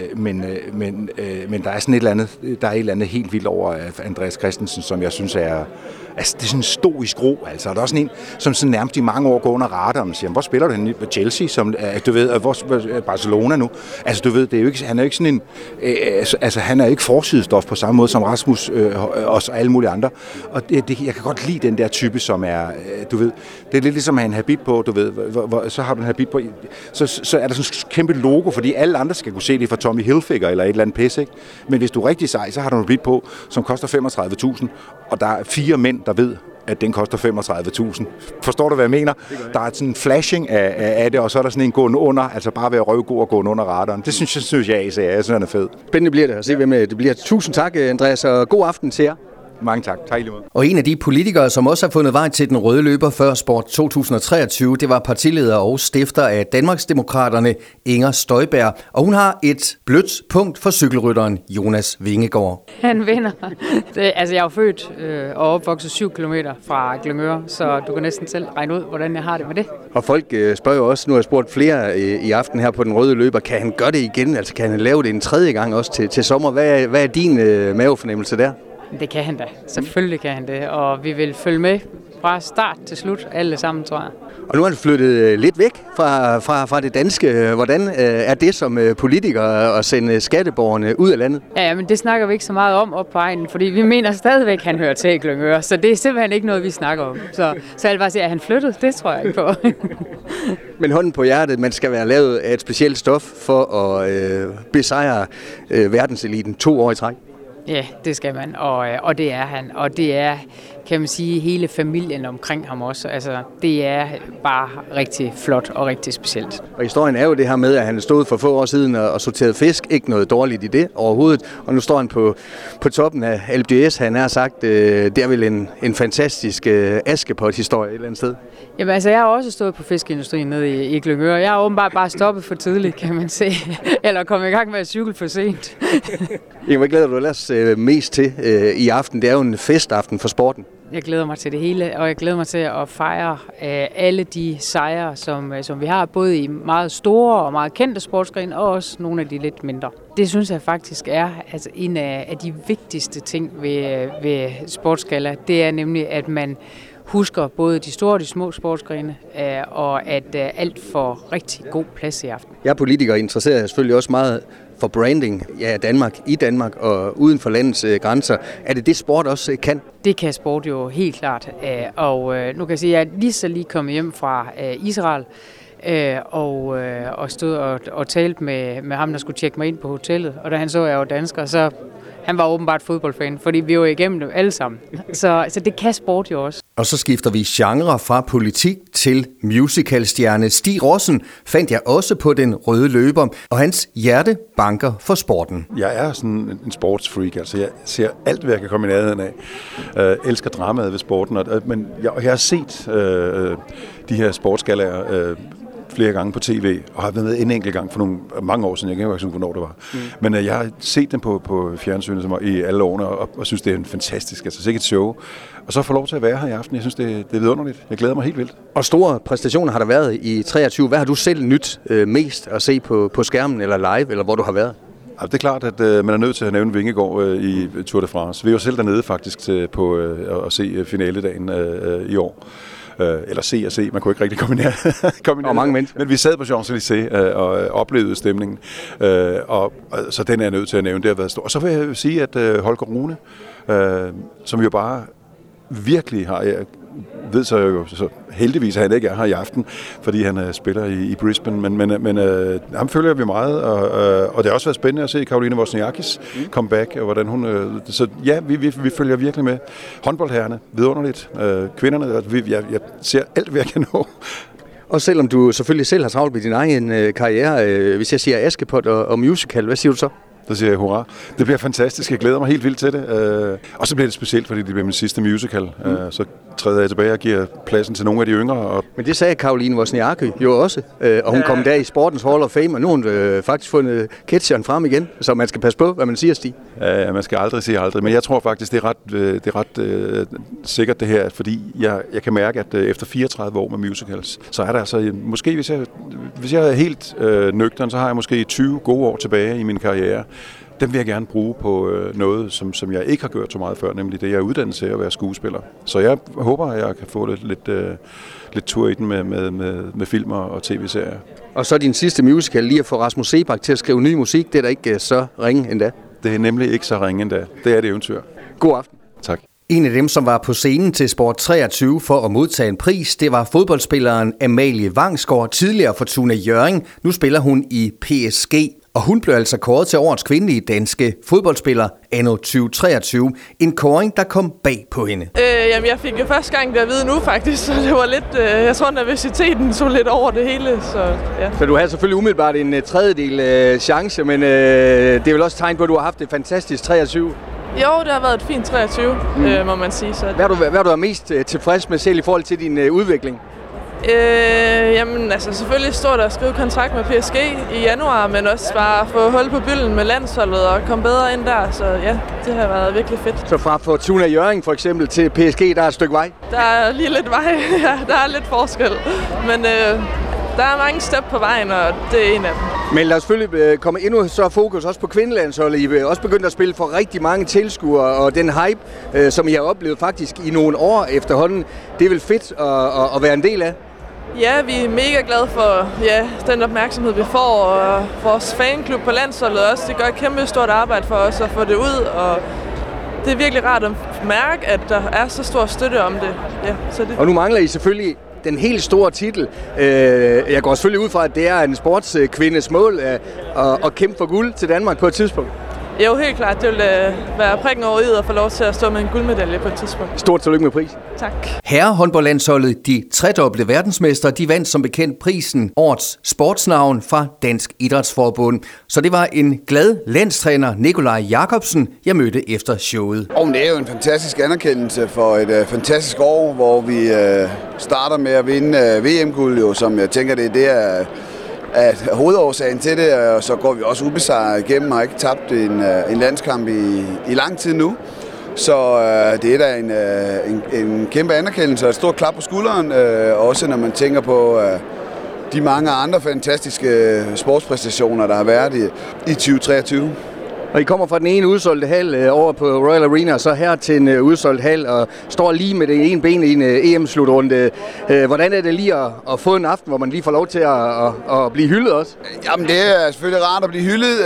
er sådan et eller andet helt vildt over Andreas Christensen, som jeg synes er. Altså, det er sådan en stoisk ro, altså. Der er også en, som sådan nærmest i mange år går under radaren og siger, hvor spiller du henne? Chelsea, som, du ved, hvor Barcelona nu? Altså, du ved, det er jo ikke, han er jo ikke sådan en, altså, han er ikke forsidestof på samme måde som Rasmus og alle mulige andre. Og jeg kan godt lide den der type, som er, du ved, det er lidt ligesom at have en habit på, du ved, så har du en habit på, så er der sådan en kæmpe logo, fordi alle andre skal kunne se det fra Tommy Hilfiger eller et eller andet pisse, ikke? Men hvis du er rigtig sej, så har du en habit på, som koster 35.000, og der er 4 mænd, der ved, at den koster 35.000. Forstår du, hvad jeg mener? Der er sådan en flashing af det, og så er der sådan en gående under, altså bare ved at røvgå og gående under radaren. Det synes jeg synes, han er fed. Spændende bliver det at se, hvem det bliver. Tusind tak, Andreas, og god aften til jer. Mange tak. Tak i lige måde. Og en af de politikere, som også har fundet vej til den røde løber før Sport 2023, det var partileder og stifter af Danmarksdemokraterne, Inger Støjberg. Og hun har et blødt punkt for cykelrytteren Jonas Vingegaard. Han vinder. Jeg er jo født og opvokset 7 kilometer fra Glyngøre, så du kan næsten selv regne ud, hvordan jeg har det med det. Og folk spørger jo også, nu har jeg spurgt flere i aften her på den røde løber, kan han gøre det igen? Altså kan han lave det en tredje gang også til sommer? Hvad er din mavefornemmelse der? Det kan han da. Selvfølgelig kan han det. Og vi vil følge med fra start til slut, alle sammen, tror jeg. Og nu er han flyttet lidt væk fra det danske. Hvordan er det som politiker at sende skatteborgerne ud af landet? Ja, men det snakker vi ikke så meget om op på egnen, fordi vi mener stadigvæk, at han hører til i Glyngøre. Så det er simpelthen ikke noget, vi snakker om. Så jeg vil bare sige, at han flyttet, det tror jeg ikke på. Men hånden på hjertet, man skal være lavet af et specielt stof for at besejre verdenseliten 2 år i træk. Ja, det skal man, og det er han. Og det er, kan man sige, hele familien omkring ham også. Altså, det er bare rigtig flot og rigtig specielt. Og historien er jo det her med, at han stod for få år siden og sorterede fisk. Ikke noget dårligt i det overhovedet. Og nu står han på toppen af Alpe d'Huez. Han har sagt, det er vel en fantastisk Askepot-historie et eller andet sted. Jamen altså, jeg har også stået på fiskeindustrien nede i Glyngøre. Jeg har åbenbart bare stoppet for tidligt, kan man se. Eller kommet i gang med at cykle for sent. Hvad glæder du ellers mest til i aften? Det er jo en festaften for sporten. Jeg glæder mig til det hele, og jeg glæder mig til at fejre alle de sejre, som vi har, både i meget store og meget kendte sportsgrene, og også nogle af de lidt mindre. Det synes jeg faktisk er altså, en af de vigtigste ting ved sportsgalla. Det er nemlig, at man husker både de store og de små sportsgrene, og at alt får rigtig god plads i aften. Jeg er politiker og interesserer jeg selvfølgelig også meget for branding af Danmark, i Danmark og uden for landets grænser. Er det sport også kan? Det kan sport jo helt klart. Og nu kan jeg sige, at jeg lige kommet hjem fra Israel, og stod og talte med ham, der skulle tjekke mig ind på hotellet. Og da han så, at jeg var dansker, så han var åbenbart fodboldfan, fordi vi var igennem dem alle sammen. Så det kan sport jo også. Og så skifter vi genre fra politik til musicalstjerne. Stig Rossen fandt jeg også på den røde løber, og hans hjerte banker for sporten. Jeg er sådan en sportsfreak, altså jeg ser alt, hvad jeg kan komme i nærheden af. Elsker dramaet ved sporten, men jeg har set de her sportsgallaer flere gange på tv, og har været med en enkelt gang for mange år siden. Jeg kan ikke huske, hvornår det var. Men jeg har set dem på fjernsynet i alle årene, og synes, det er en fantastisk, altså sikkert et show. Og så få lov til at være her i aften. Jeg synes, det er vidunderligt. Jeg glæder mig helt vildt. Og store præstationer har der været i 23. Hvad har du selv nyt mest at se på skærmen eller live, eller hvor du har været? Altså, det er klart, at man er nødt til at nævne Vingegaard i Tour de France. Vi var selv dernede faktisk på at se finaledagen i år. Eller se. Man kunne ikke rigtig komme nær. Mange mennesker. Men vi sad på Champs-Élysées og oplevede stemningen. Så den er jeg nødt til at nævne. Det har været stort. Og så vil jeg sige, at Holger Rune, som jo bare virkelig har... Jeg ved så heldigvis, at han ikke er her i aften, fordi han spiller i Brisbane, men ham følger vi meget, og det har også været spændende at se Caroline Wozniakis comeback, og hvordan hun... Så ja, vi følger virkelig med. Håndboldherrerne, vidunderligt. Kvinderne, jeg ser alt, hvad jeg kan nå. Og selvom du selvfølgelig selv har travlt med din egen karriere, hvis jeg siger Askepot og musical, hvad siger du så? Så siger jeg hurra. Det bliver fantastisk. Jeg glæder mig helt vildt til det. Og så bliver det specielt, fordi det bliver min sidste musical. Så træder jeg tilbage og giver pladsen til nogle af de yngre. Men det sagde Caroline Wozniacki jo også, og hun kom der i Sportens Hall of Fame, og nu har hun faktisk fundet ketcheren frem igen, så man skal passe på, hvad man siger, Stig. Ja, man skal aldrig sige aldrig, men jeg tror faktisk, det er ret sikkert det her, fordi jeg kan mærke, at efter 34 år med musicals, så er der altså, måske hvis jeg er helt nøgtern, så har jeg måske 20 gode år tilbage i min karriere. Dem vil jeg gerne bruge på noget, som jeg ikke har gjort så meget før, nemlig det, jeg er uddannet til at være skuespiller. Så jeg håber, at jeg kan få lidt tur i den med film og tv-serier. Og så din sidste musical, lige at få Rasmus Seebach til at skrive ny musik, det er da ikke så ringe endda. Det er nemlig ikke så ringe endda. Det er et eventyr. God aften. Tak. En af dem, som var på scenen til Sport 23 for at modtage en pris, det var fodboldspilleren Amalie Vangsgaard, tidligere Fortuna Hjørring. Nu spiller hun i PSG. Og hun blev altså kåret til årets kvindelige danske fodboldspiller anno 2023. En kåring, der kom bag på hende. Jamen, jeg fik jo første gang det at vide nu faktisk, så det var lidt, jeg tror nervøsiteten så lidt over det hele. Så du havde selvfølgelig umiddelbart en tredjedel chance, men det er vel også tegn på, at du har haft et fantastisk 23. Jo, det har været et fint 23, må man sige. Så. Hvad er du mest tilfreds med selv i forhold til din udvikling? Jamen, altså selvfølgelig stod der at skrive kontrakt med PSG i januar, men også bare få hul på bylden med landsholdet og komme bedre ind der. Så ja, det har været virkelig fedt. Så fra Fortuna Hjørring for eksempel til PSG, der er et stykke vej? Der er lige lidt vej, ja, der er lidt forskel. Men der er mange step på vejen, og det er en af dem. Men lad os selvfølgelig komme endnu så fokus også på kvindelandsholdet. I er også begyndt at spille for rigtig mange tilskuere, og den hype, som I har oplevet faktisk i nogle år efterhånden, det er vel fedt at være en del af? Ja, vi er mega glade for den opmærksomhed, vi får, og vores fanklub på landsholdet også. Det gør et kæmpe stort arbejde for os at få det ud, og det er virkelig rart at mærke, at der er så stor støtte om det. Ja, så det. Og nu mangler I selvfølgelig den helt store titel. Jeg går selvfølgelig ud fra, at det er en sportskvindes mål at kæmpe for guld til Danmark på et tidspunkt. Jo, helt klart. Det vil være prikken over i at få lov til at stå med en guldmedalje på et tidspunkt. Stort tillykke med prisen. Tak. Herrehåndboldlandsholdet, de tredobbelte verdensmestre, de vandt som bekendt prisen Årets Sportsnavn fra Dansk Idrætsforbund. Så det var en glad landstræner, Nikolaj Jakobsen, jeg mødte efter showet. Det er jo en fantastisk anerkendelse for et fantastisk år, hvor vi starter med at vinde VM-guld, som jeg tænker, det er at hovedårsagen til det, og så går vi også ubesejret igennem og har ikke tabt en landskamp i lang tid nu. Så det er da en kæmpe anerkendelse og et stort klap på skulderen, også når man tænker på de mange andre fantastiske sportspræstationer, der har været i 2023. Og I kommer fra den ene udsolgte hal over på Royal Arena, og så her til en udsolgt hal, og står lige med det ene ben i en EM-slutrunde. Hvordan er det lige at få en aften, hvor man lige får lov til at blive hyldet også? Jamen, det er selvfølgelig rart at blive hyldet.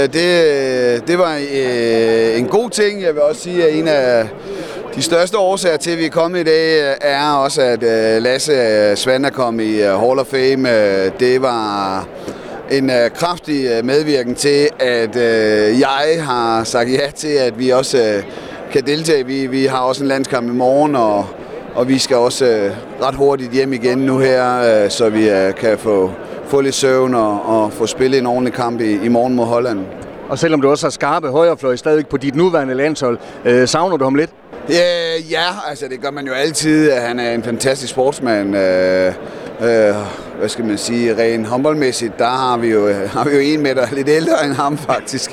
Det var en god ting. Jeg vil også sige, at en af de største årsager til, at vi er kommet i dag, er også, at Lasse Svand er kommet i Hall of Fame. Det var en kraftig medvirken til, at jeg har sagt ja til, at vi også kan deltage. Vi har også en landskamp i morgen, og vi skal også ret hurtigt hjem igen nu her, så vi kan få lidt søvn og få spillet en ordentlig kamp i morgen mod Holland. Og selvom du også har skarpe højrefløj stadig på dit nuværende landshold, savner du ham lidt? Ja, altså det gør man jo altid. Han er en fantastisk sportsmand. Hvad skal man sige, rent håndboldmæssigt, der har vi jo en meter lidt ældre end ham faktisk.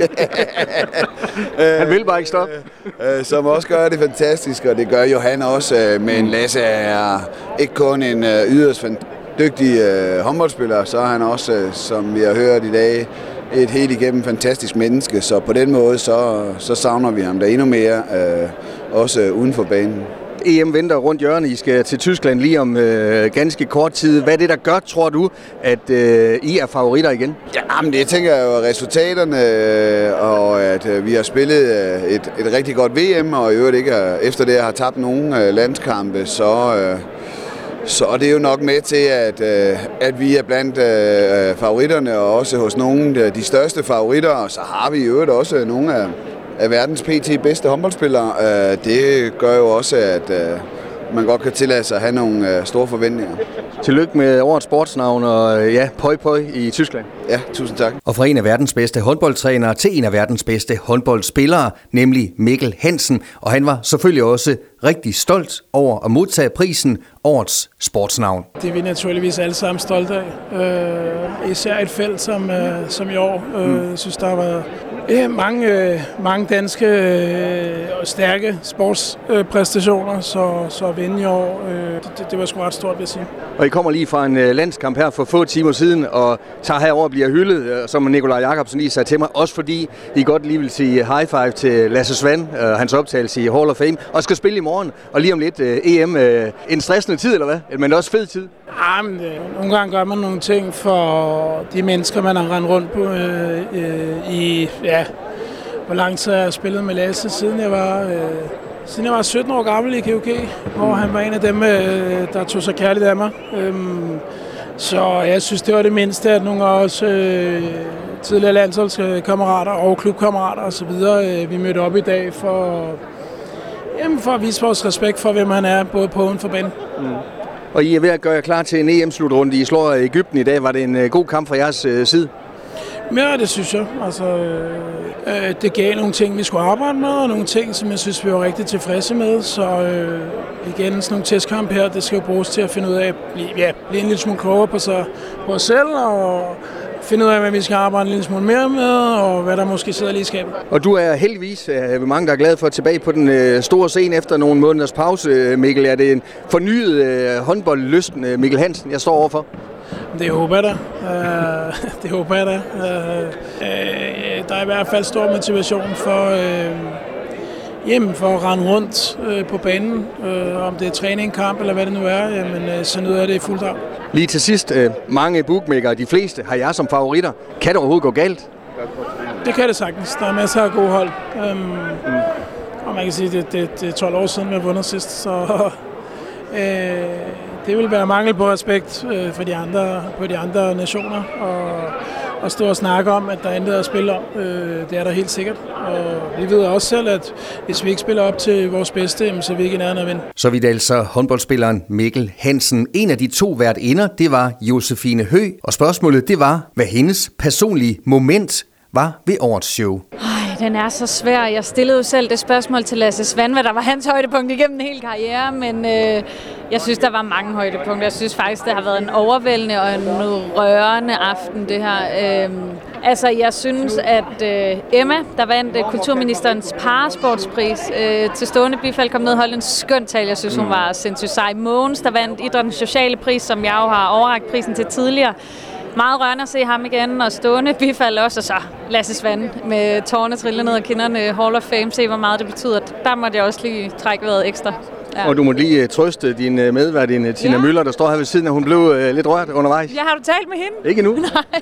Han vil bare ikke stoppe. Som også gør det fantastisk, og det gør jo han også. Men Lasse er ikke kun en yderst dygtig håndboldspiller, så er han også, som vi har hørt i dag, et helt igennem fantastisk menneske. Så på den måde, så savner vi ham der endnu mere, også uden for banen. EM venter rundt hjørnet. I skal til Tyskland lige om ganske kort tid. Hvad er det, der gør, tror du, at I er favoritter igen? Jamen, det tænker jeg jo resultaterne, og at vi har spillet et rigtig godt VM, og i øvrigt ikke efter det har tabt nogen landskampe, så er det jo nok med til, at vi er blandt favoritterne, og også hos nogle af de største favoritter, og så har vi i øvrigt også nogle af verdens pt. Bedste håndboldspillere. Det gør jo også, man godt kan tillade sig at have nogle store forventninger. Tillykke med årets sportsnavn, og pøj pøj i Tyskland. Ja, tusind tak. Og fra en af verdens bedste håndboldtrænere til en af verdens bedste håndboldspillere, nemlig Mikkel Hansen. Og han var selvfølgelig også rigtig stolt over at modtage prisen årets sportsnavn. Det er vi naturligvis alle sammen stolte af. Især et felt som i år. Jeg synes, der var mange danske og stærke sportspræstationer, så at vinde i år, det var sgu ret stort, vil jeg sige. Og I kommer lige fra en landskamp her for få timer siden, og tager herover og bliver hyldet, som Nikolaj Jakobsen lige sagde til mig, også fordi I godt lige vil sige high five til Lasse Svand, hans optagelse i Hall of Fame, og skal spille i morgen, og lige om lidt EM. En stressende tid, eller hvad? Men også fed tid? Ja, men nogle gange gør man nogle ting for de mennesker, man har rendt rundt på hvor lang tid jeg har spillet med Lasse, siden jeg var 17 år gammel i KUK, hvor han var en af dem, der tog sig kærligt af mig. Så jeg synes, det var det mindste, at nogle af os tidligere landsholdskammerater og klubkammerater osv., vi mødte op i dag for at vise vores respekt for, hvem han er, både på og uden for banen. Og I er ved at gøre jer klar til en EM-slutrunde. I slår Egypten i dag. Var det en god kamp fra jeres side? Ja, det synes jeg. Altså, det gav nogle ting, vi skulle arbejde med, og nogle ting, som jeg synes, vi var rigtig tilfredse med. Så igen, sådan nogle testkamp her, det skal jo bruges til at finde ud af at blive en lille smule klogere på os selv, og finde ud af, hvad vi skal arbejde en lille smule mere med, og hvad der måske sidder lige i skabet. Og du er heldigvis mange, der er glade for at tilbage på den store scene efter nogle måneders pause, Mikkel. Er det en fornyet håndboldlysten, Mikkel Hansen, jeg står overfor? Det håber jeg da. Der er i hvert fald stor motivation for at rende rundt på banen. Om det er træning, kamp eller hvad det nu er, jamen, så nyder jeg det i fuld dag. Lige til sidst, mange bookmakere, de fleste, har jeg som favoritter. Kan det overhovedet gå galt? Det kan det sagtens. Der er masser af gode hold. Og man kan sige, at det er 12 år siden, vi har vundet sidst, så det vil være mangel på respekt for de andre nationer, og stå og snakke om, at der er intet at spille om. Det er der helt sikkert. Og vi ved også selv, at hvis vi ikke spiller op til vores bedste, så er vi ikke i nærheden at vinde. Så vidt altså håndboldspilleren Mikkel Hansen. En af de to værtinder, det var Josefine Høgh, og spørgsmålet det var, hvad hendes personlige moment var ved årets show. Den er så svær. Jeg stillede jo selv det spørgsmål til Lasse Svand, hvad der var hans højdepunkt igennem en hel karriere, men jeg synes, der var mange højdepunkter. Jeg synes faktisk, det har været en overvældende og en rørende aften, det her. Jeg synes, at Emma, der vandt kulturministerens parasportspris, til stående bifald kom ned og holdt en skøn tale. Jeg synes, hun var sindssygt sej. Mogens, der vandt idrættens sociale pris, som jeg jo har overrakt prisen til tidligere. Meget rørende at se ham igen, og stående bifald også, og så Lasse Svand med tårerne trille ned ad kinderne, Hall of Fame, se hvor meget det betyder. Der måtte jeg også lige trække vejret ekstra. Ja. Og du må lige trøste din medvært, Tina Møller, der står her ved siden af. Hun blev lidt rørt undervejs. Ja, har du talt med hende? Ikke endnu.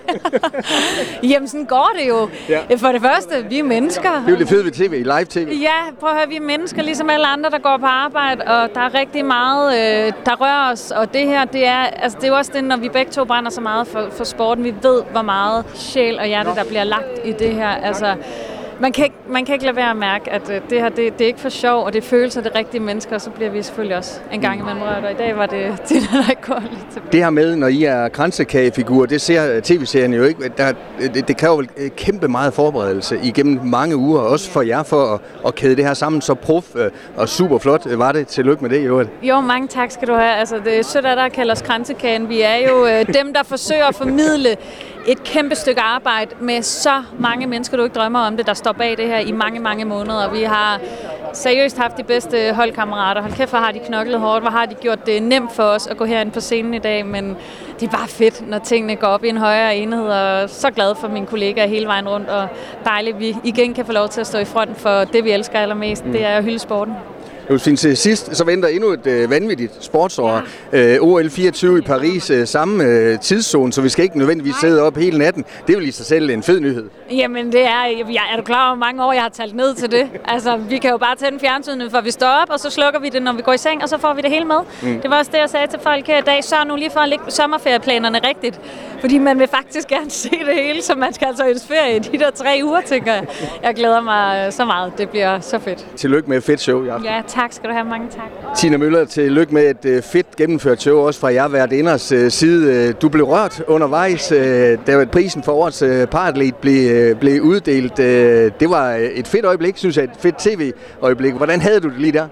Nej. Jamen, sådan går det jo. Ja. For det første, vi er mennesker. Det er jo det fede ved tv, live-tv. Ja, prøv at høre, vi er mennesker, ligesom alle andre, der går på arbejde, og der er rigtig meget, der rører os. Og det her, det er jo også det, når vi begge to brænder så meget for sporten. Vi ved, hvor meget sjæl og hjerte, der bliver lagt i det her. Altså, man kan ikke lade være at mærke, at det her, det er ikke for sjov, og det føles af det rigtige mennesker, og så bliver vi selvfølgelig også en gang imellem rørt, og i dag var det der ikke går lidt tilbage. Det her med, når I er kransekagefigurer, det ser tv-serien jo ikke. Det kræver vel kæmpe meget forberedelse igennem mange uger, også for jer, for at kæde det her sammen så prof og super flot. Var det? Tillykke med det, jo. Jo, mange tak skal du have. Altså, det er sødt, at der kalder os kransekagen. Vi er jo dem, der forsøger at formidle et kæmpe stykke arbejde med så mange mennesker, du ikke drømmer om det, der står bag det her i mange, mange måneder. Vi har seriøst haft de bedste holdkammerater. Hold kæft, hvor har de knoklet hårdt, hvor har de gjort det nemt for os at gå herind på scenen i dag, men det er bare fedt, når tingene går op i en højere enhed, og så glad for mine kollegaer hele vejen rundt, og dejligt, at vi igen kan få lov til at stå i front for det, vi elsker allermest. Det er at hylde sporten. Til sidst så venter endnu et vanvittigt sportsår. Ja. OL 24 i Paris, samme tidszone, så vi skal ikke nødvendigvis sidde op hele natten. Det er jo i sig selv en fed nyhed. Jamen, er du klar over, hvor mange år jeg har talt ned til det? Altså, vi kan jo bare tænde fjernsynet, for vi står op, og så slukker vi det, når vi går i seng, og så får vi det hele med. Det var også det, jeg sagde til folk her i dag. Sørg nu lige for at lægge sommerferieplanerne rigtigt, fordi man vil faktisk gerne se det hele, så man skal altså i ferie i de der 3 uger, tænker jeg. Jeg glæder mig så meget. Det bliver så fedt. Tillykke med et fedt show i aften. Ja, tak. Tak skal du have, mange tak. Tina Møller, tillykke med et fedt gennemført show, også fra jer værtinders side. Du blev rørt undervejs, da prisen for årets paratlet blev uddelt. Det var et fedt øjeblik, synes jeg, et fedt tv-øjeblik. Hvordan havde du det lige der?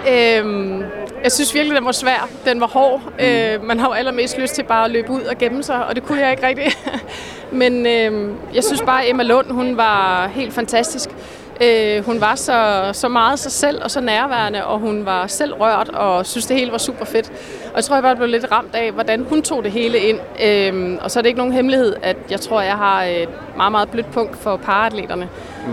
Jeg synes virkelig, den var svær. Den var hård. Man har jo allermest lyst til bare at løbe ud og gemme sig, og det kunne jeg ikke rigtig. Men jeg synes bare, at Emma Lund, hun var helt fantastisk. Hun var så meget sig selv og så nærværende, og hun var selv rørt og synes, det hele var super fedt. Og jeg tror, jeg bare blev lidt ramt af, hvordan hun tog det hele ind. Og så er det ikke nogen hemmelighed, at jeg tror, jeg har et meget, meget blødt punkt for paratleterne.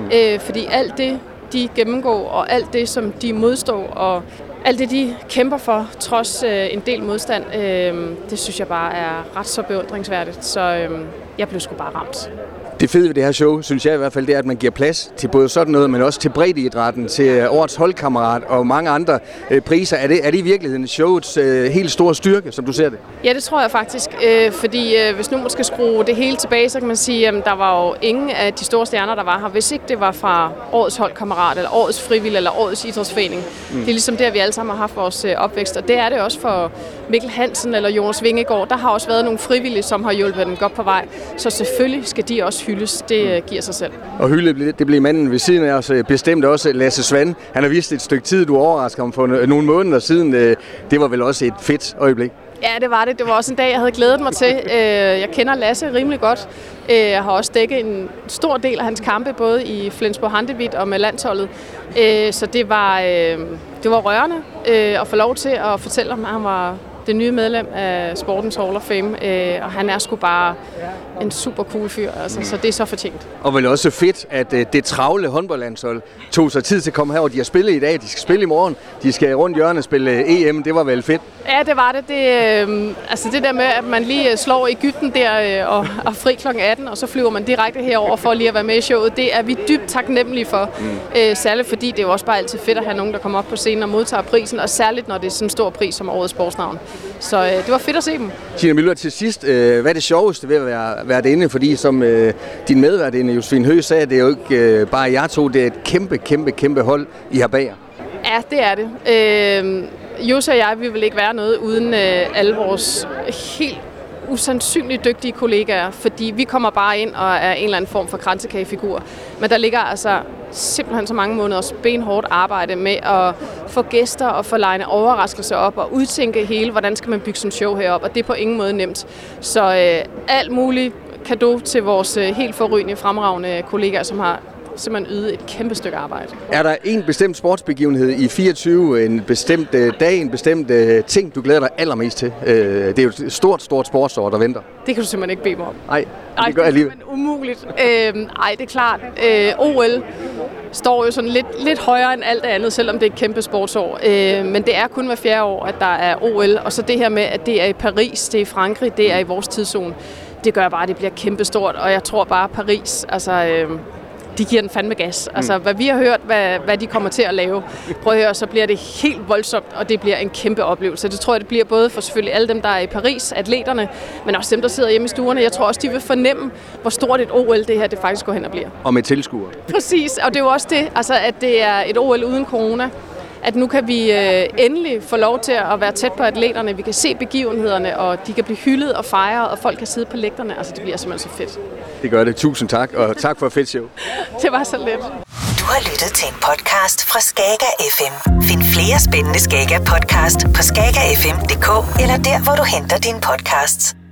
Fordi alt det, de gennemgår, og alt det, som de modstår, og alt det, de kæmper for, trods en del modstand, det synes jeg bare er ret så beundringsværdigt. Så jeg blev sgu bare ramt. Det fede ved det her show, synes jeg i hvert fald, det er, at man giver plads til både sådan noget, men også til breddeidrætten, til årets holdkammerat og mange andre priser. Er det i virkeligheden showets helt store styrke, som du ser det? Ja, det tror jeg faktisk. Fordi hvis nu man skal skrue det hele tilbage, så kan man sige, at der var jo ingen af de store stjerner, der var her, hvis ikke det var fra årets holdkammerat, eller årets frivillig, eller årets idrætsforening. Det er ligesom der, vi alle sammen har haft vores opvækst, og det er det også for Mikkel Hansen eller Jonas Vingegaard. Der har også været nogle frivillige, som har hjulpet dem godt på vej. Så selvfølgelig skal de også hyldes. Det giver sig selv. Og hylde, det blev manden ved siden af os, bestemt også Lasse Svand. Han har vist et stykke tid, du overrasker ham for nogle måneder siden. Det var vel også et fedt øjeblik? Ja, det var det. Det var også en dag, jeg havde glædet mig til. Jeg kender Lasse rimelig godt. Jeg har også dækket en stor del af hans kampe, både i Flensborg Handewitt og med landsholdet. Så det var rørende at få lov til at fortælle om, at han var det nye medlem af Sportens Hall of Fame, og han er sgu bare en super cool fyr, altså, så det er så fortjent. Og vel også fedt, at det travle håndboldlandshold tog sig tid til at komme herover. De har spillet i dag, de skal spille i morgen, de skal rundt hjørnet og spille EM, det var vel fedt? Ja, det var det. Altså det der med, at man lige slår Egypten der og fri kl. 18, og så flyver man direkte herover for lige at være med i showet, det er vi dybt taknemmelige for. Særligt fordi det er jo også bare altid fedt at have nogen, der kommer op på scenen og modtager prisen, og særligt når det er sådan en stor pris som årets sportsnavn. Så det var fedt at se dem. Tina Møller, til sidst, hvad er det sjoveste ved at være værtinde? Fordi som din medværtinde Josefine Høgh sagde, det er jo ikke bare jer to, det er et kæmpe hold, I har bag jer. Ja, det er det. Jose og jeg, vi vil ikke være noget uden alle vores helt usandsynligt dygtige kollegaer, fordi vi kommer bare ind og er en eller anden form for kransekagefigur. Men der ligger altså simpelthen så mange måneders benhårdt arbejde med at få gæster og få line overraskelser op og udtænke hele, hvordan skal man bygge sådan en show herop, og det er på ingen måde nemt. Så alt muligt cadeau til vores helt forrygende fremragende kollegaer, som har simpelthen ydet et kæmpe stykke arbejde. Er der en bestemt sportsbegivenhed i 24, en bestemt dag, en bestemt ting, du glæder dig allermest til? Det er jo et stort sportsår, der venter. Det kan du simpelthen ikke bede mig om. Nej, det gør alligevel. Det er umuligt. Ej, det er klart. OL står jo sådan lidt højere end alt andet, selvom det er et kæmpe sportsår. Men det er kun hver 4. år, at der er OL. Og så det her med, at det er i Paris, det er i Frankrig, det er i vores tidszone. Det gør bare, at det bliver kæmpestort. Og jeg tror bare, Paris, altså de giver den fandme gas. Altså, hvad vi har hørt, hvad de kommer til at lave, prøv at høre, så bliver det helt voldsomt, og det bliver en kæmpe oplevelse. Det tror jeg, det bliver både for selvfølgelig alle dem, der er i Paris, atleterne, men også dem, der sidder hjemme i stuerne. Jeg tror også, de vil fornemme, hvor stort et OL det her det faktisk går hen og bliver. Og med tilskuere. Præcis, og det er jo også det, altså, at det er et OL uden corona. At nu kan vi endelig få lov til at være tæt på atleterne. Vi kan se begivenhederne, og de kan blive hyldet og fejret, og folk kan sidde på lægterne. Altså, det bliver simpelthen så fedt. Det gør det. Tusind tak, og tak for et fedt show. Det var så let. Du har lyttet til en podcast fra Skager FM. Find flere spændende Skager podcast på skagerfm.dk eller der, hvor du henter dine podcasts.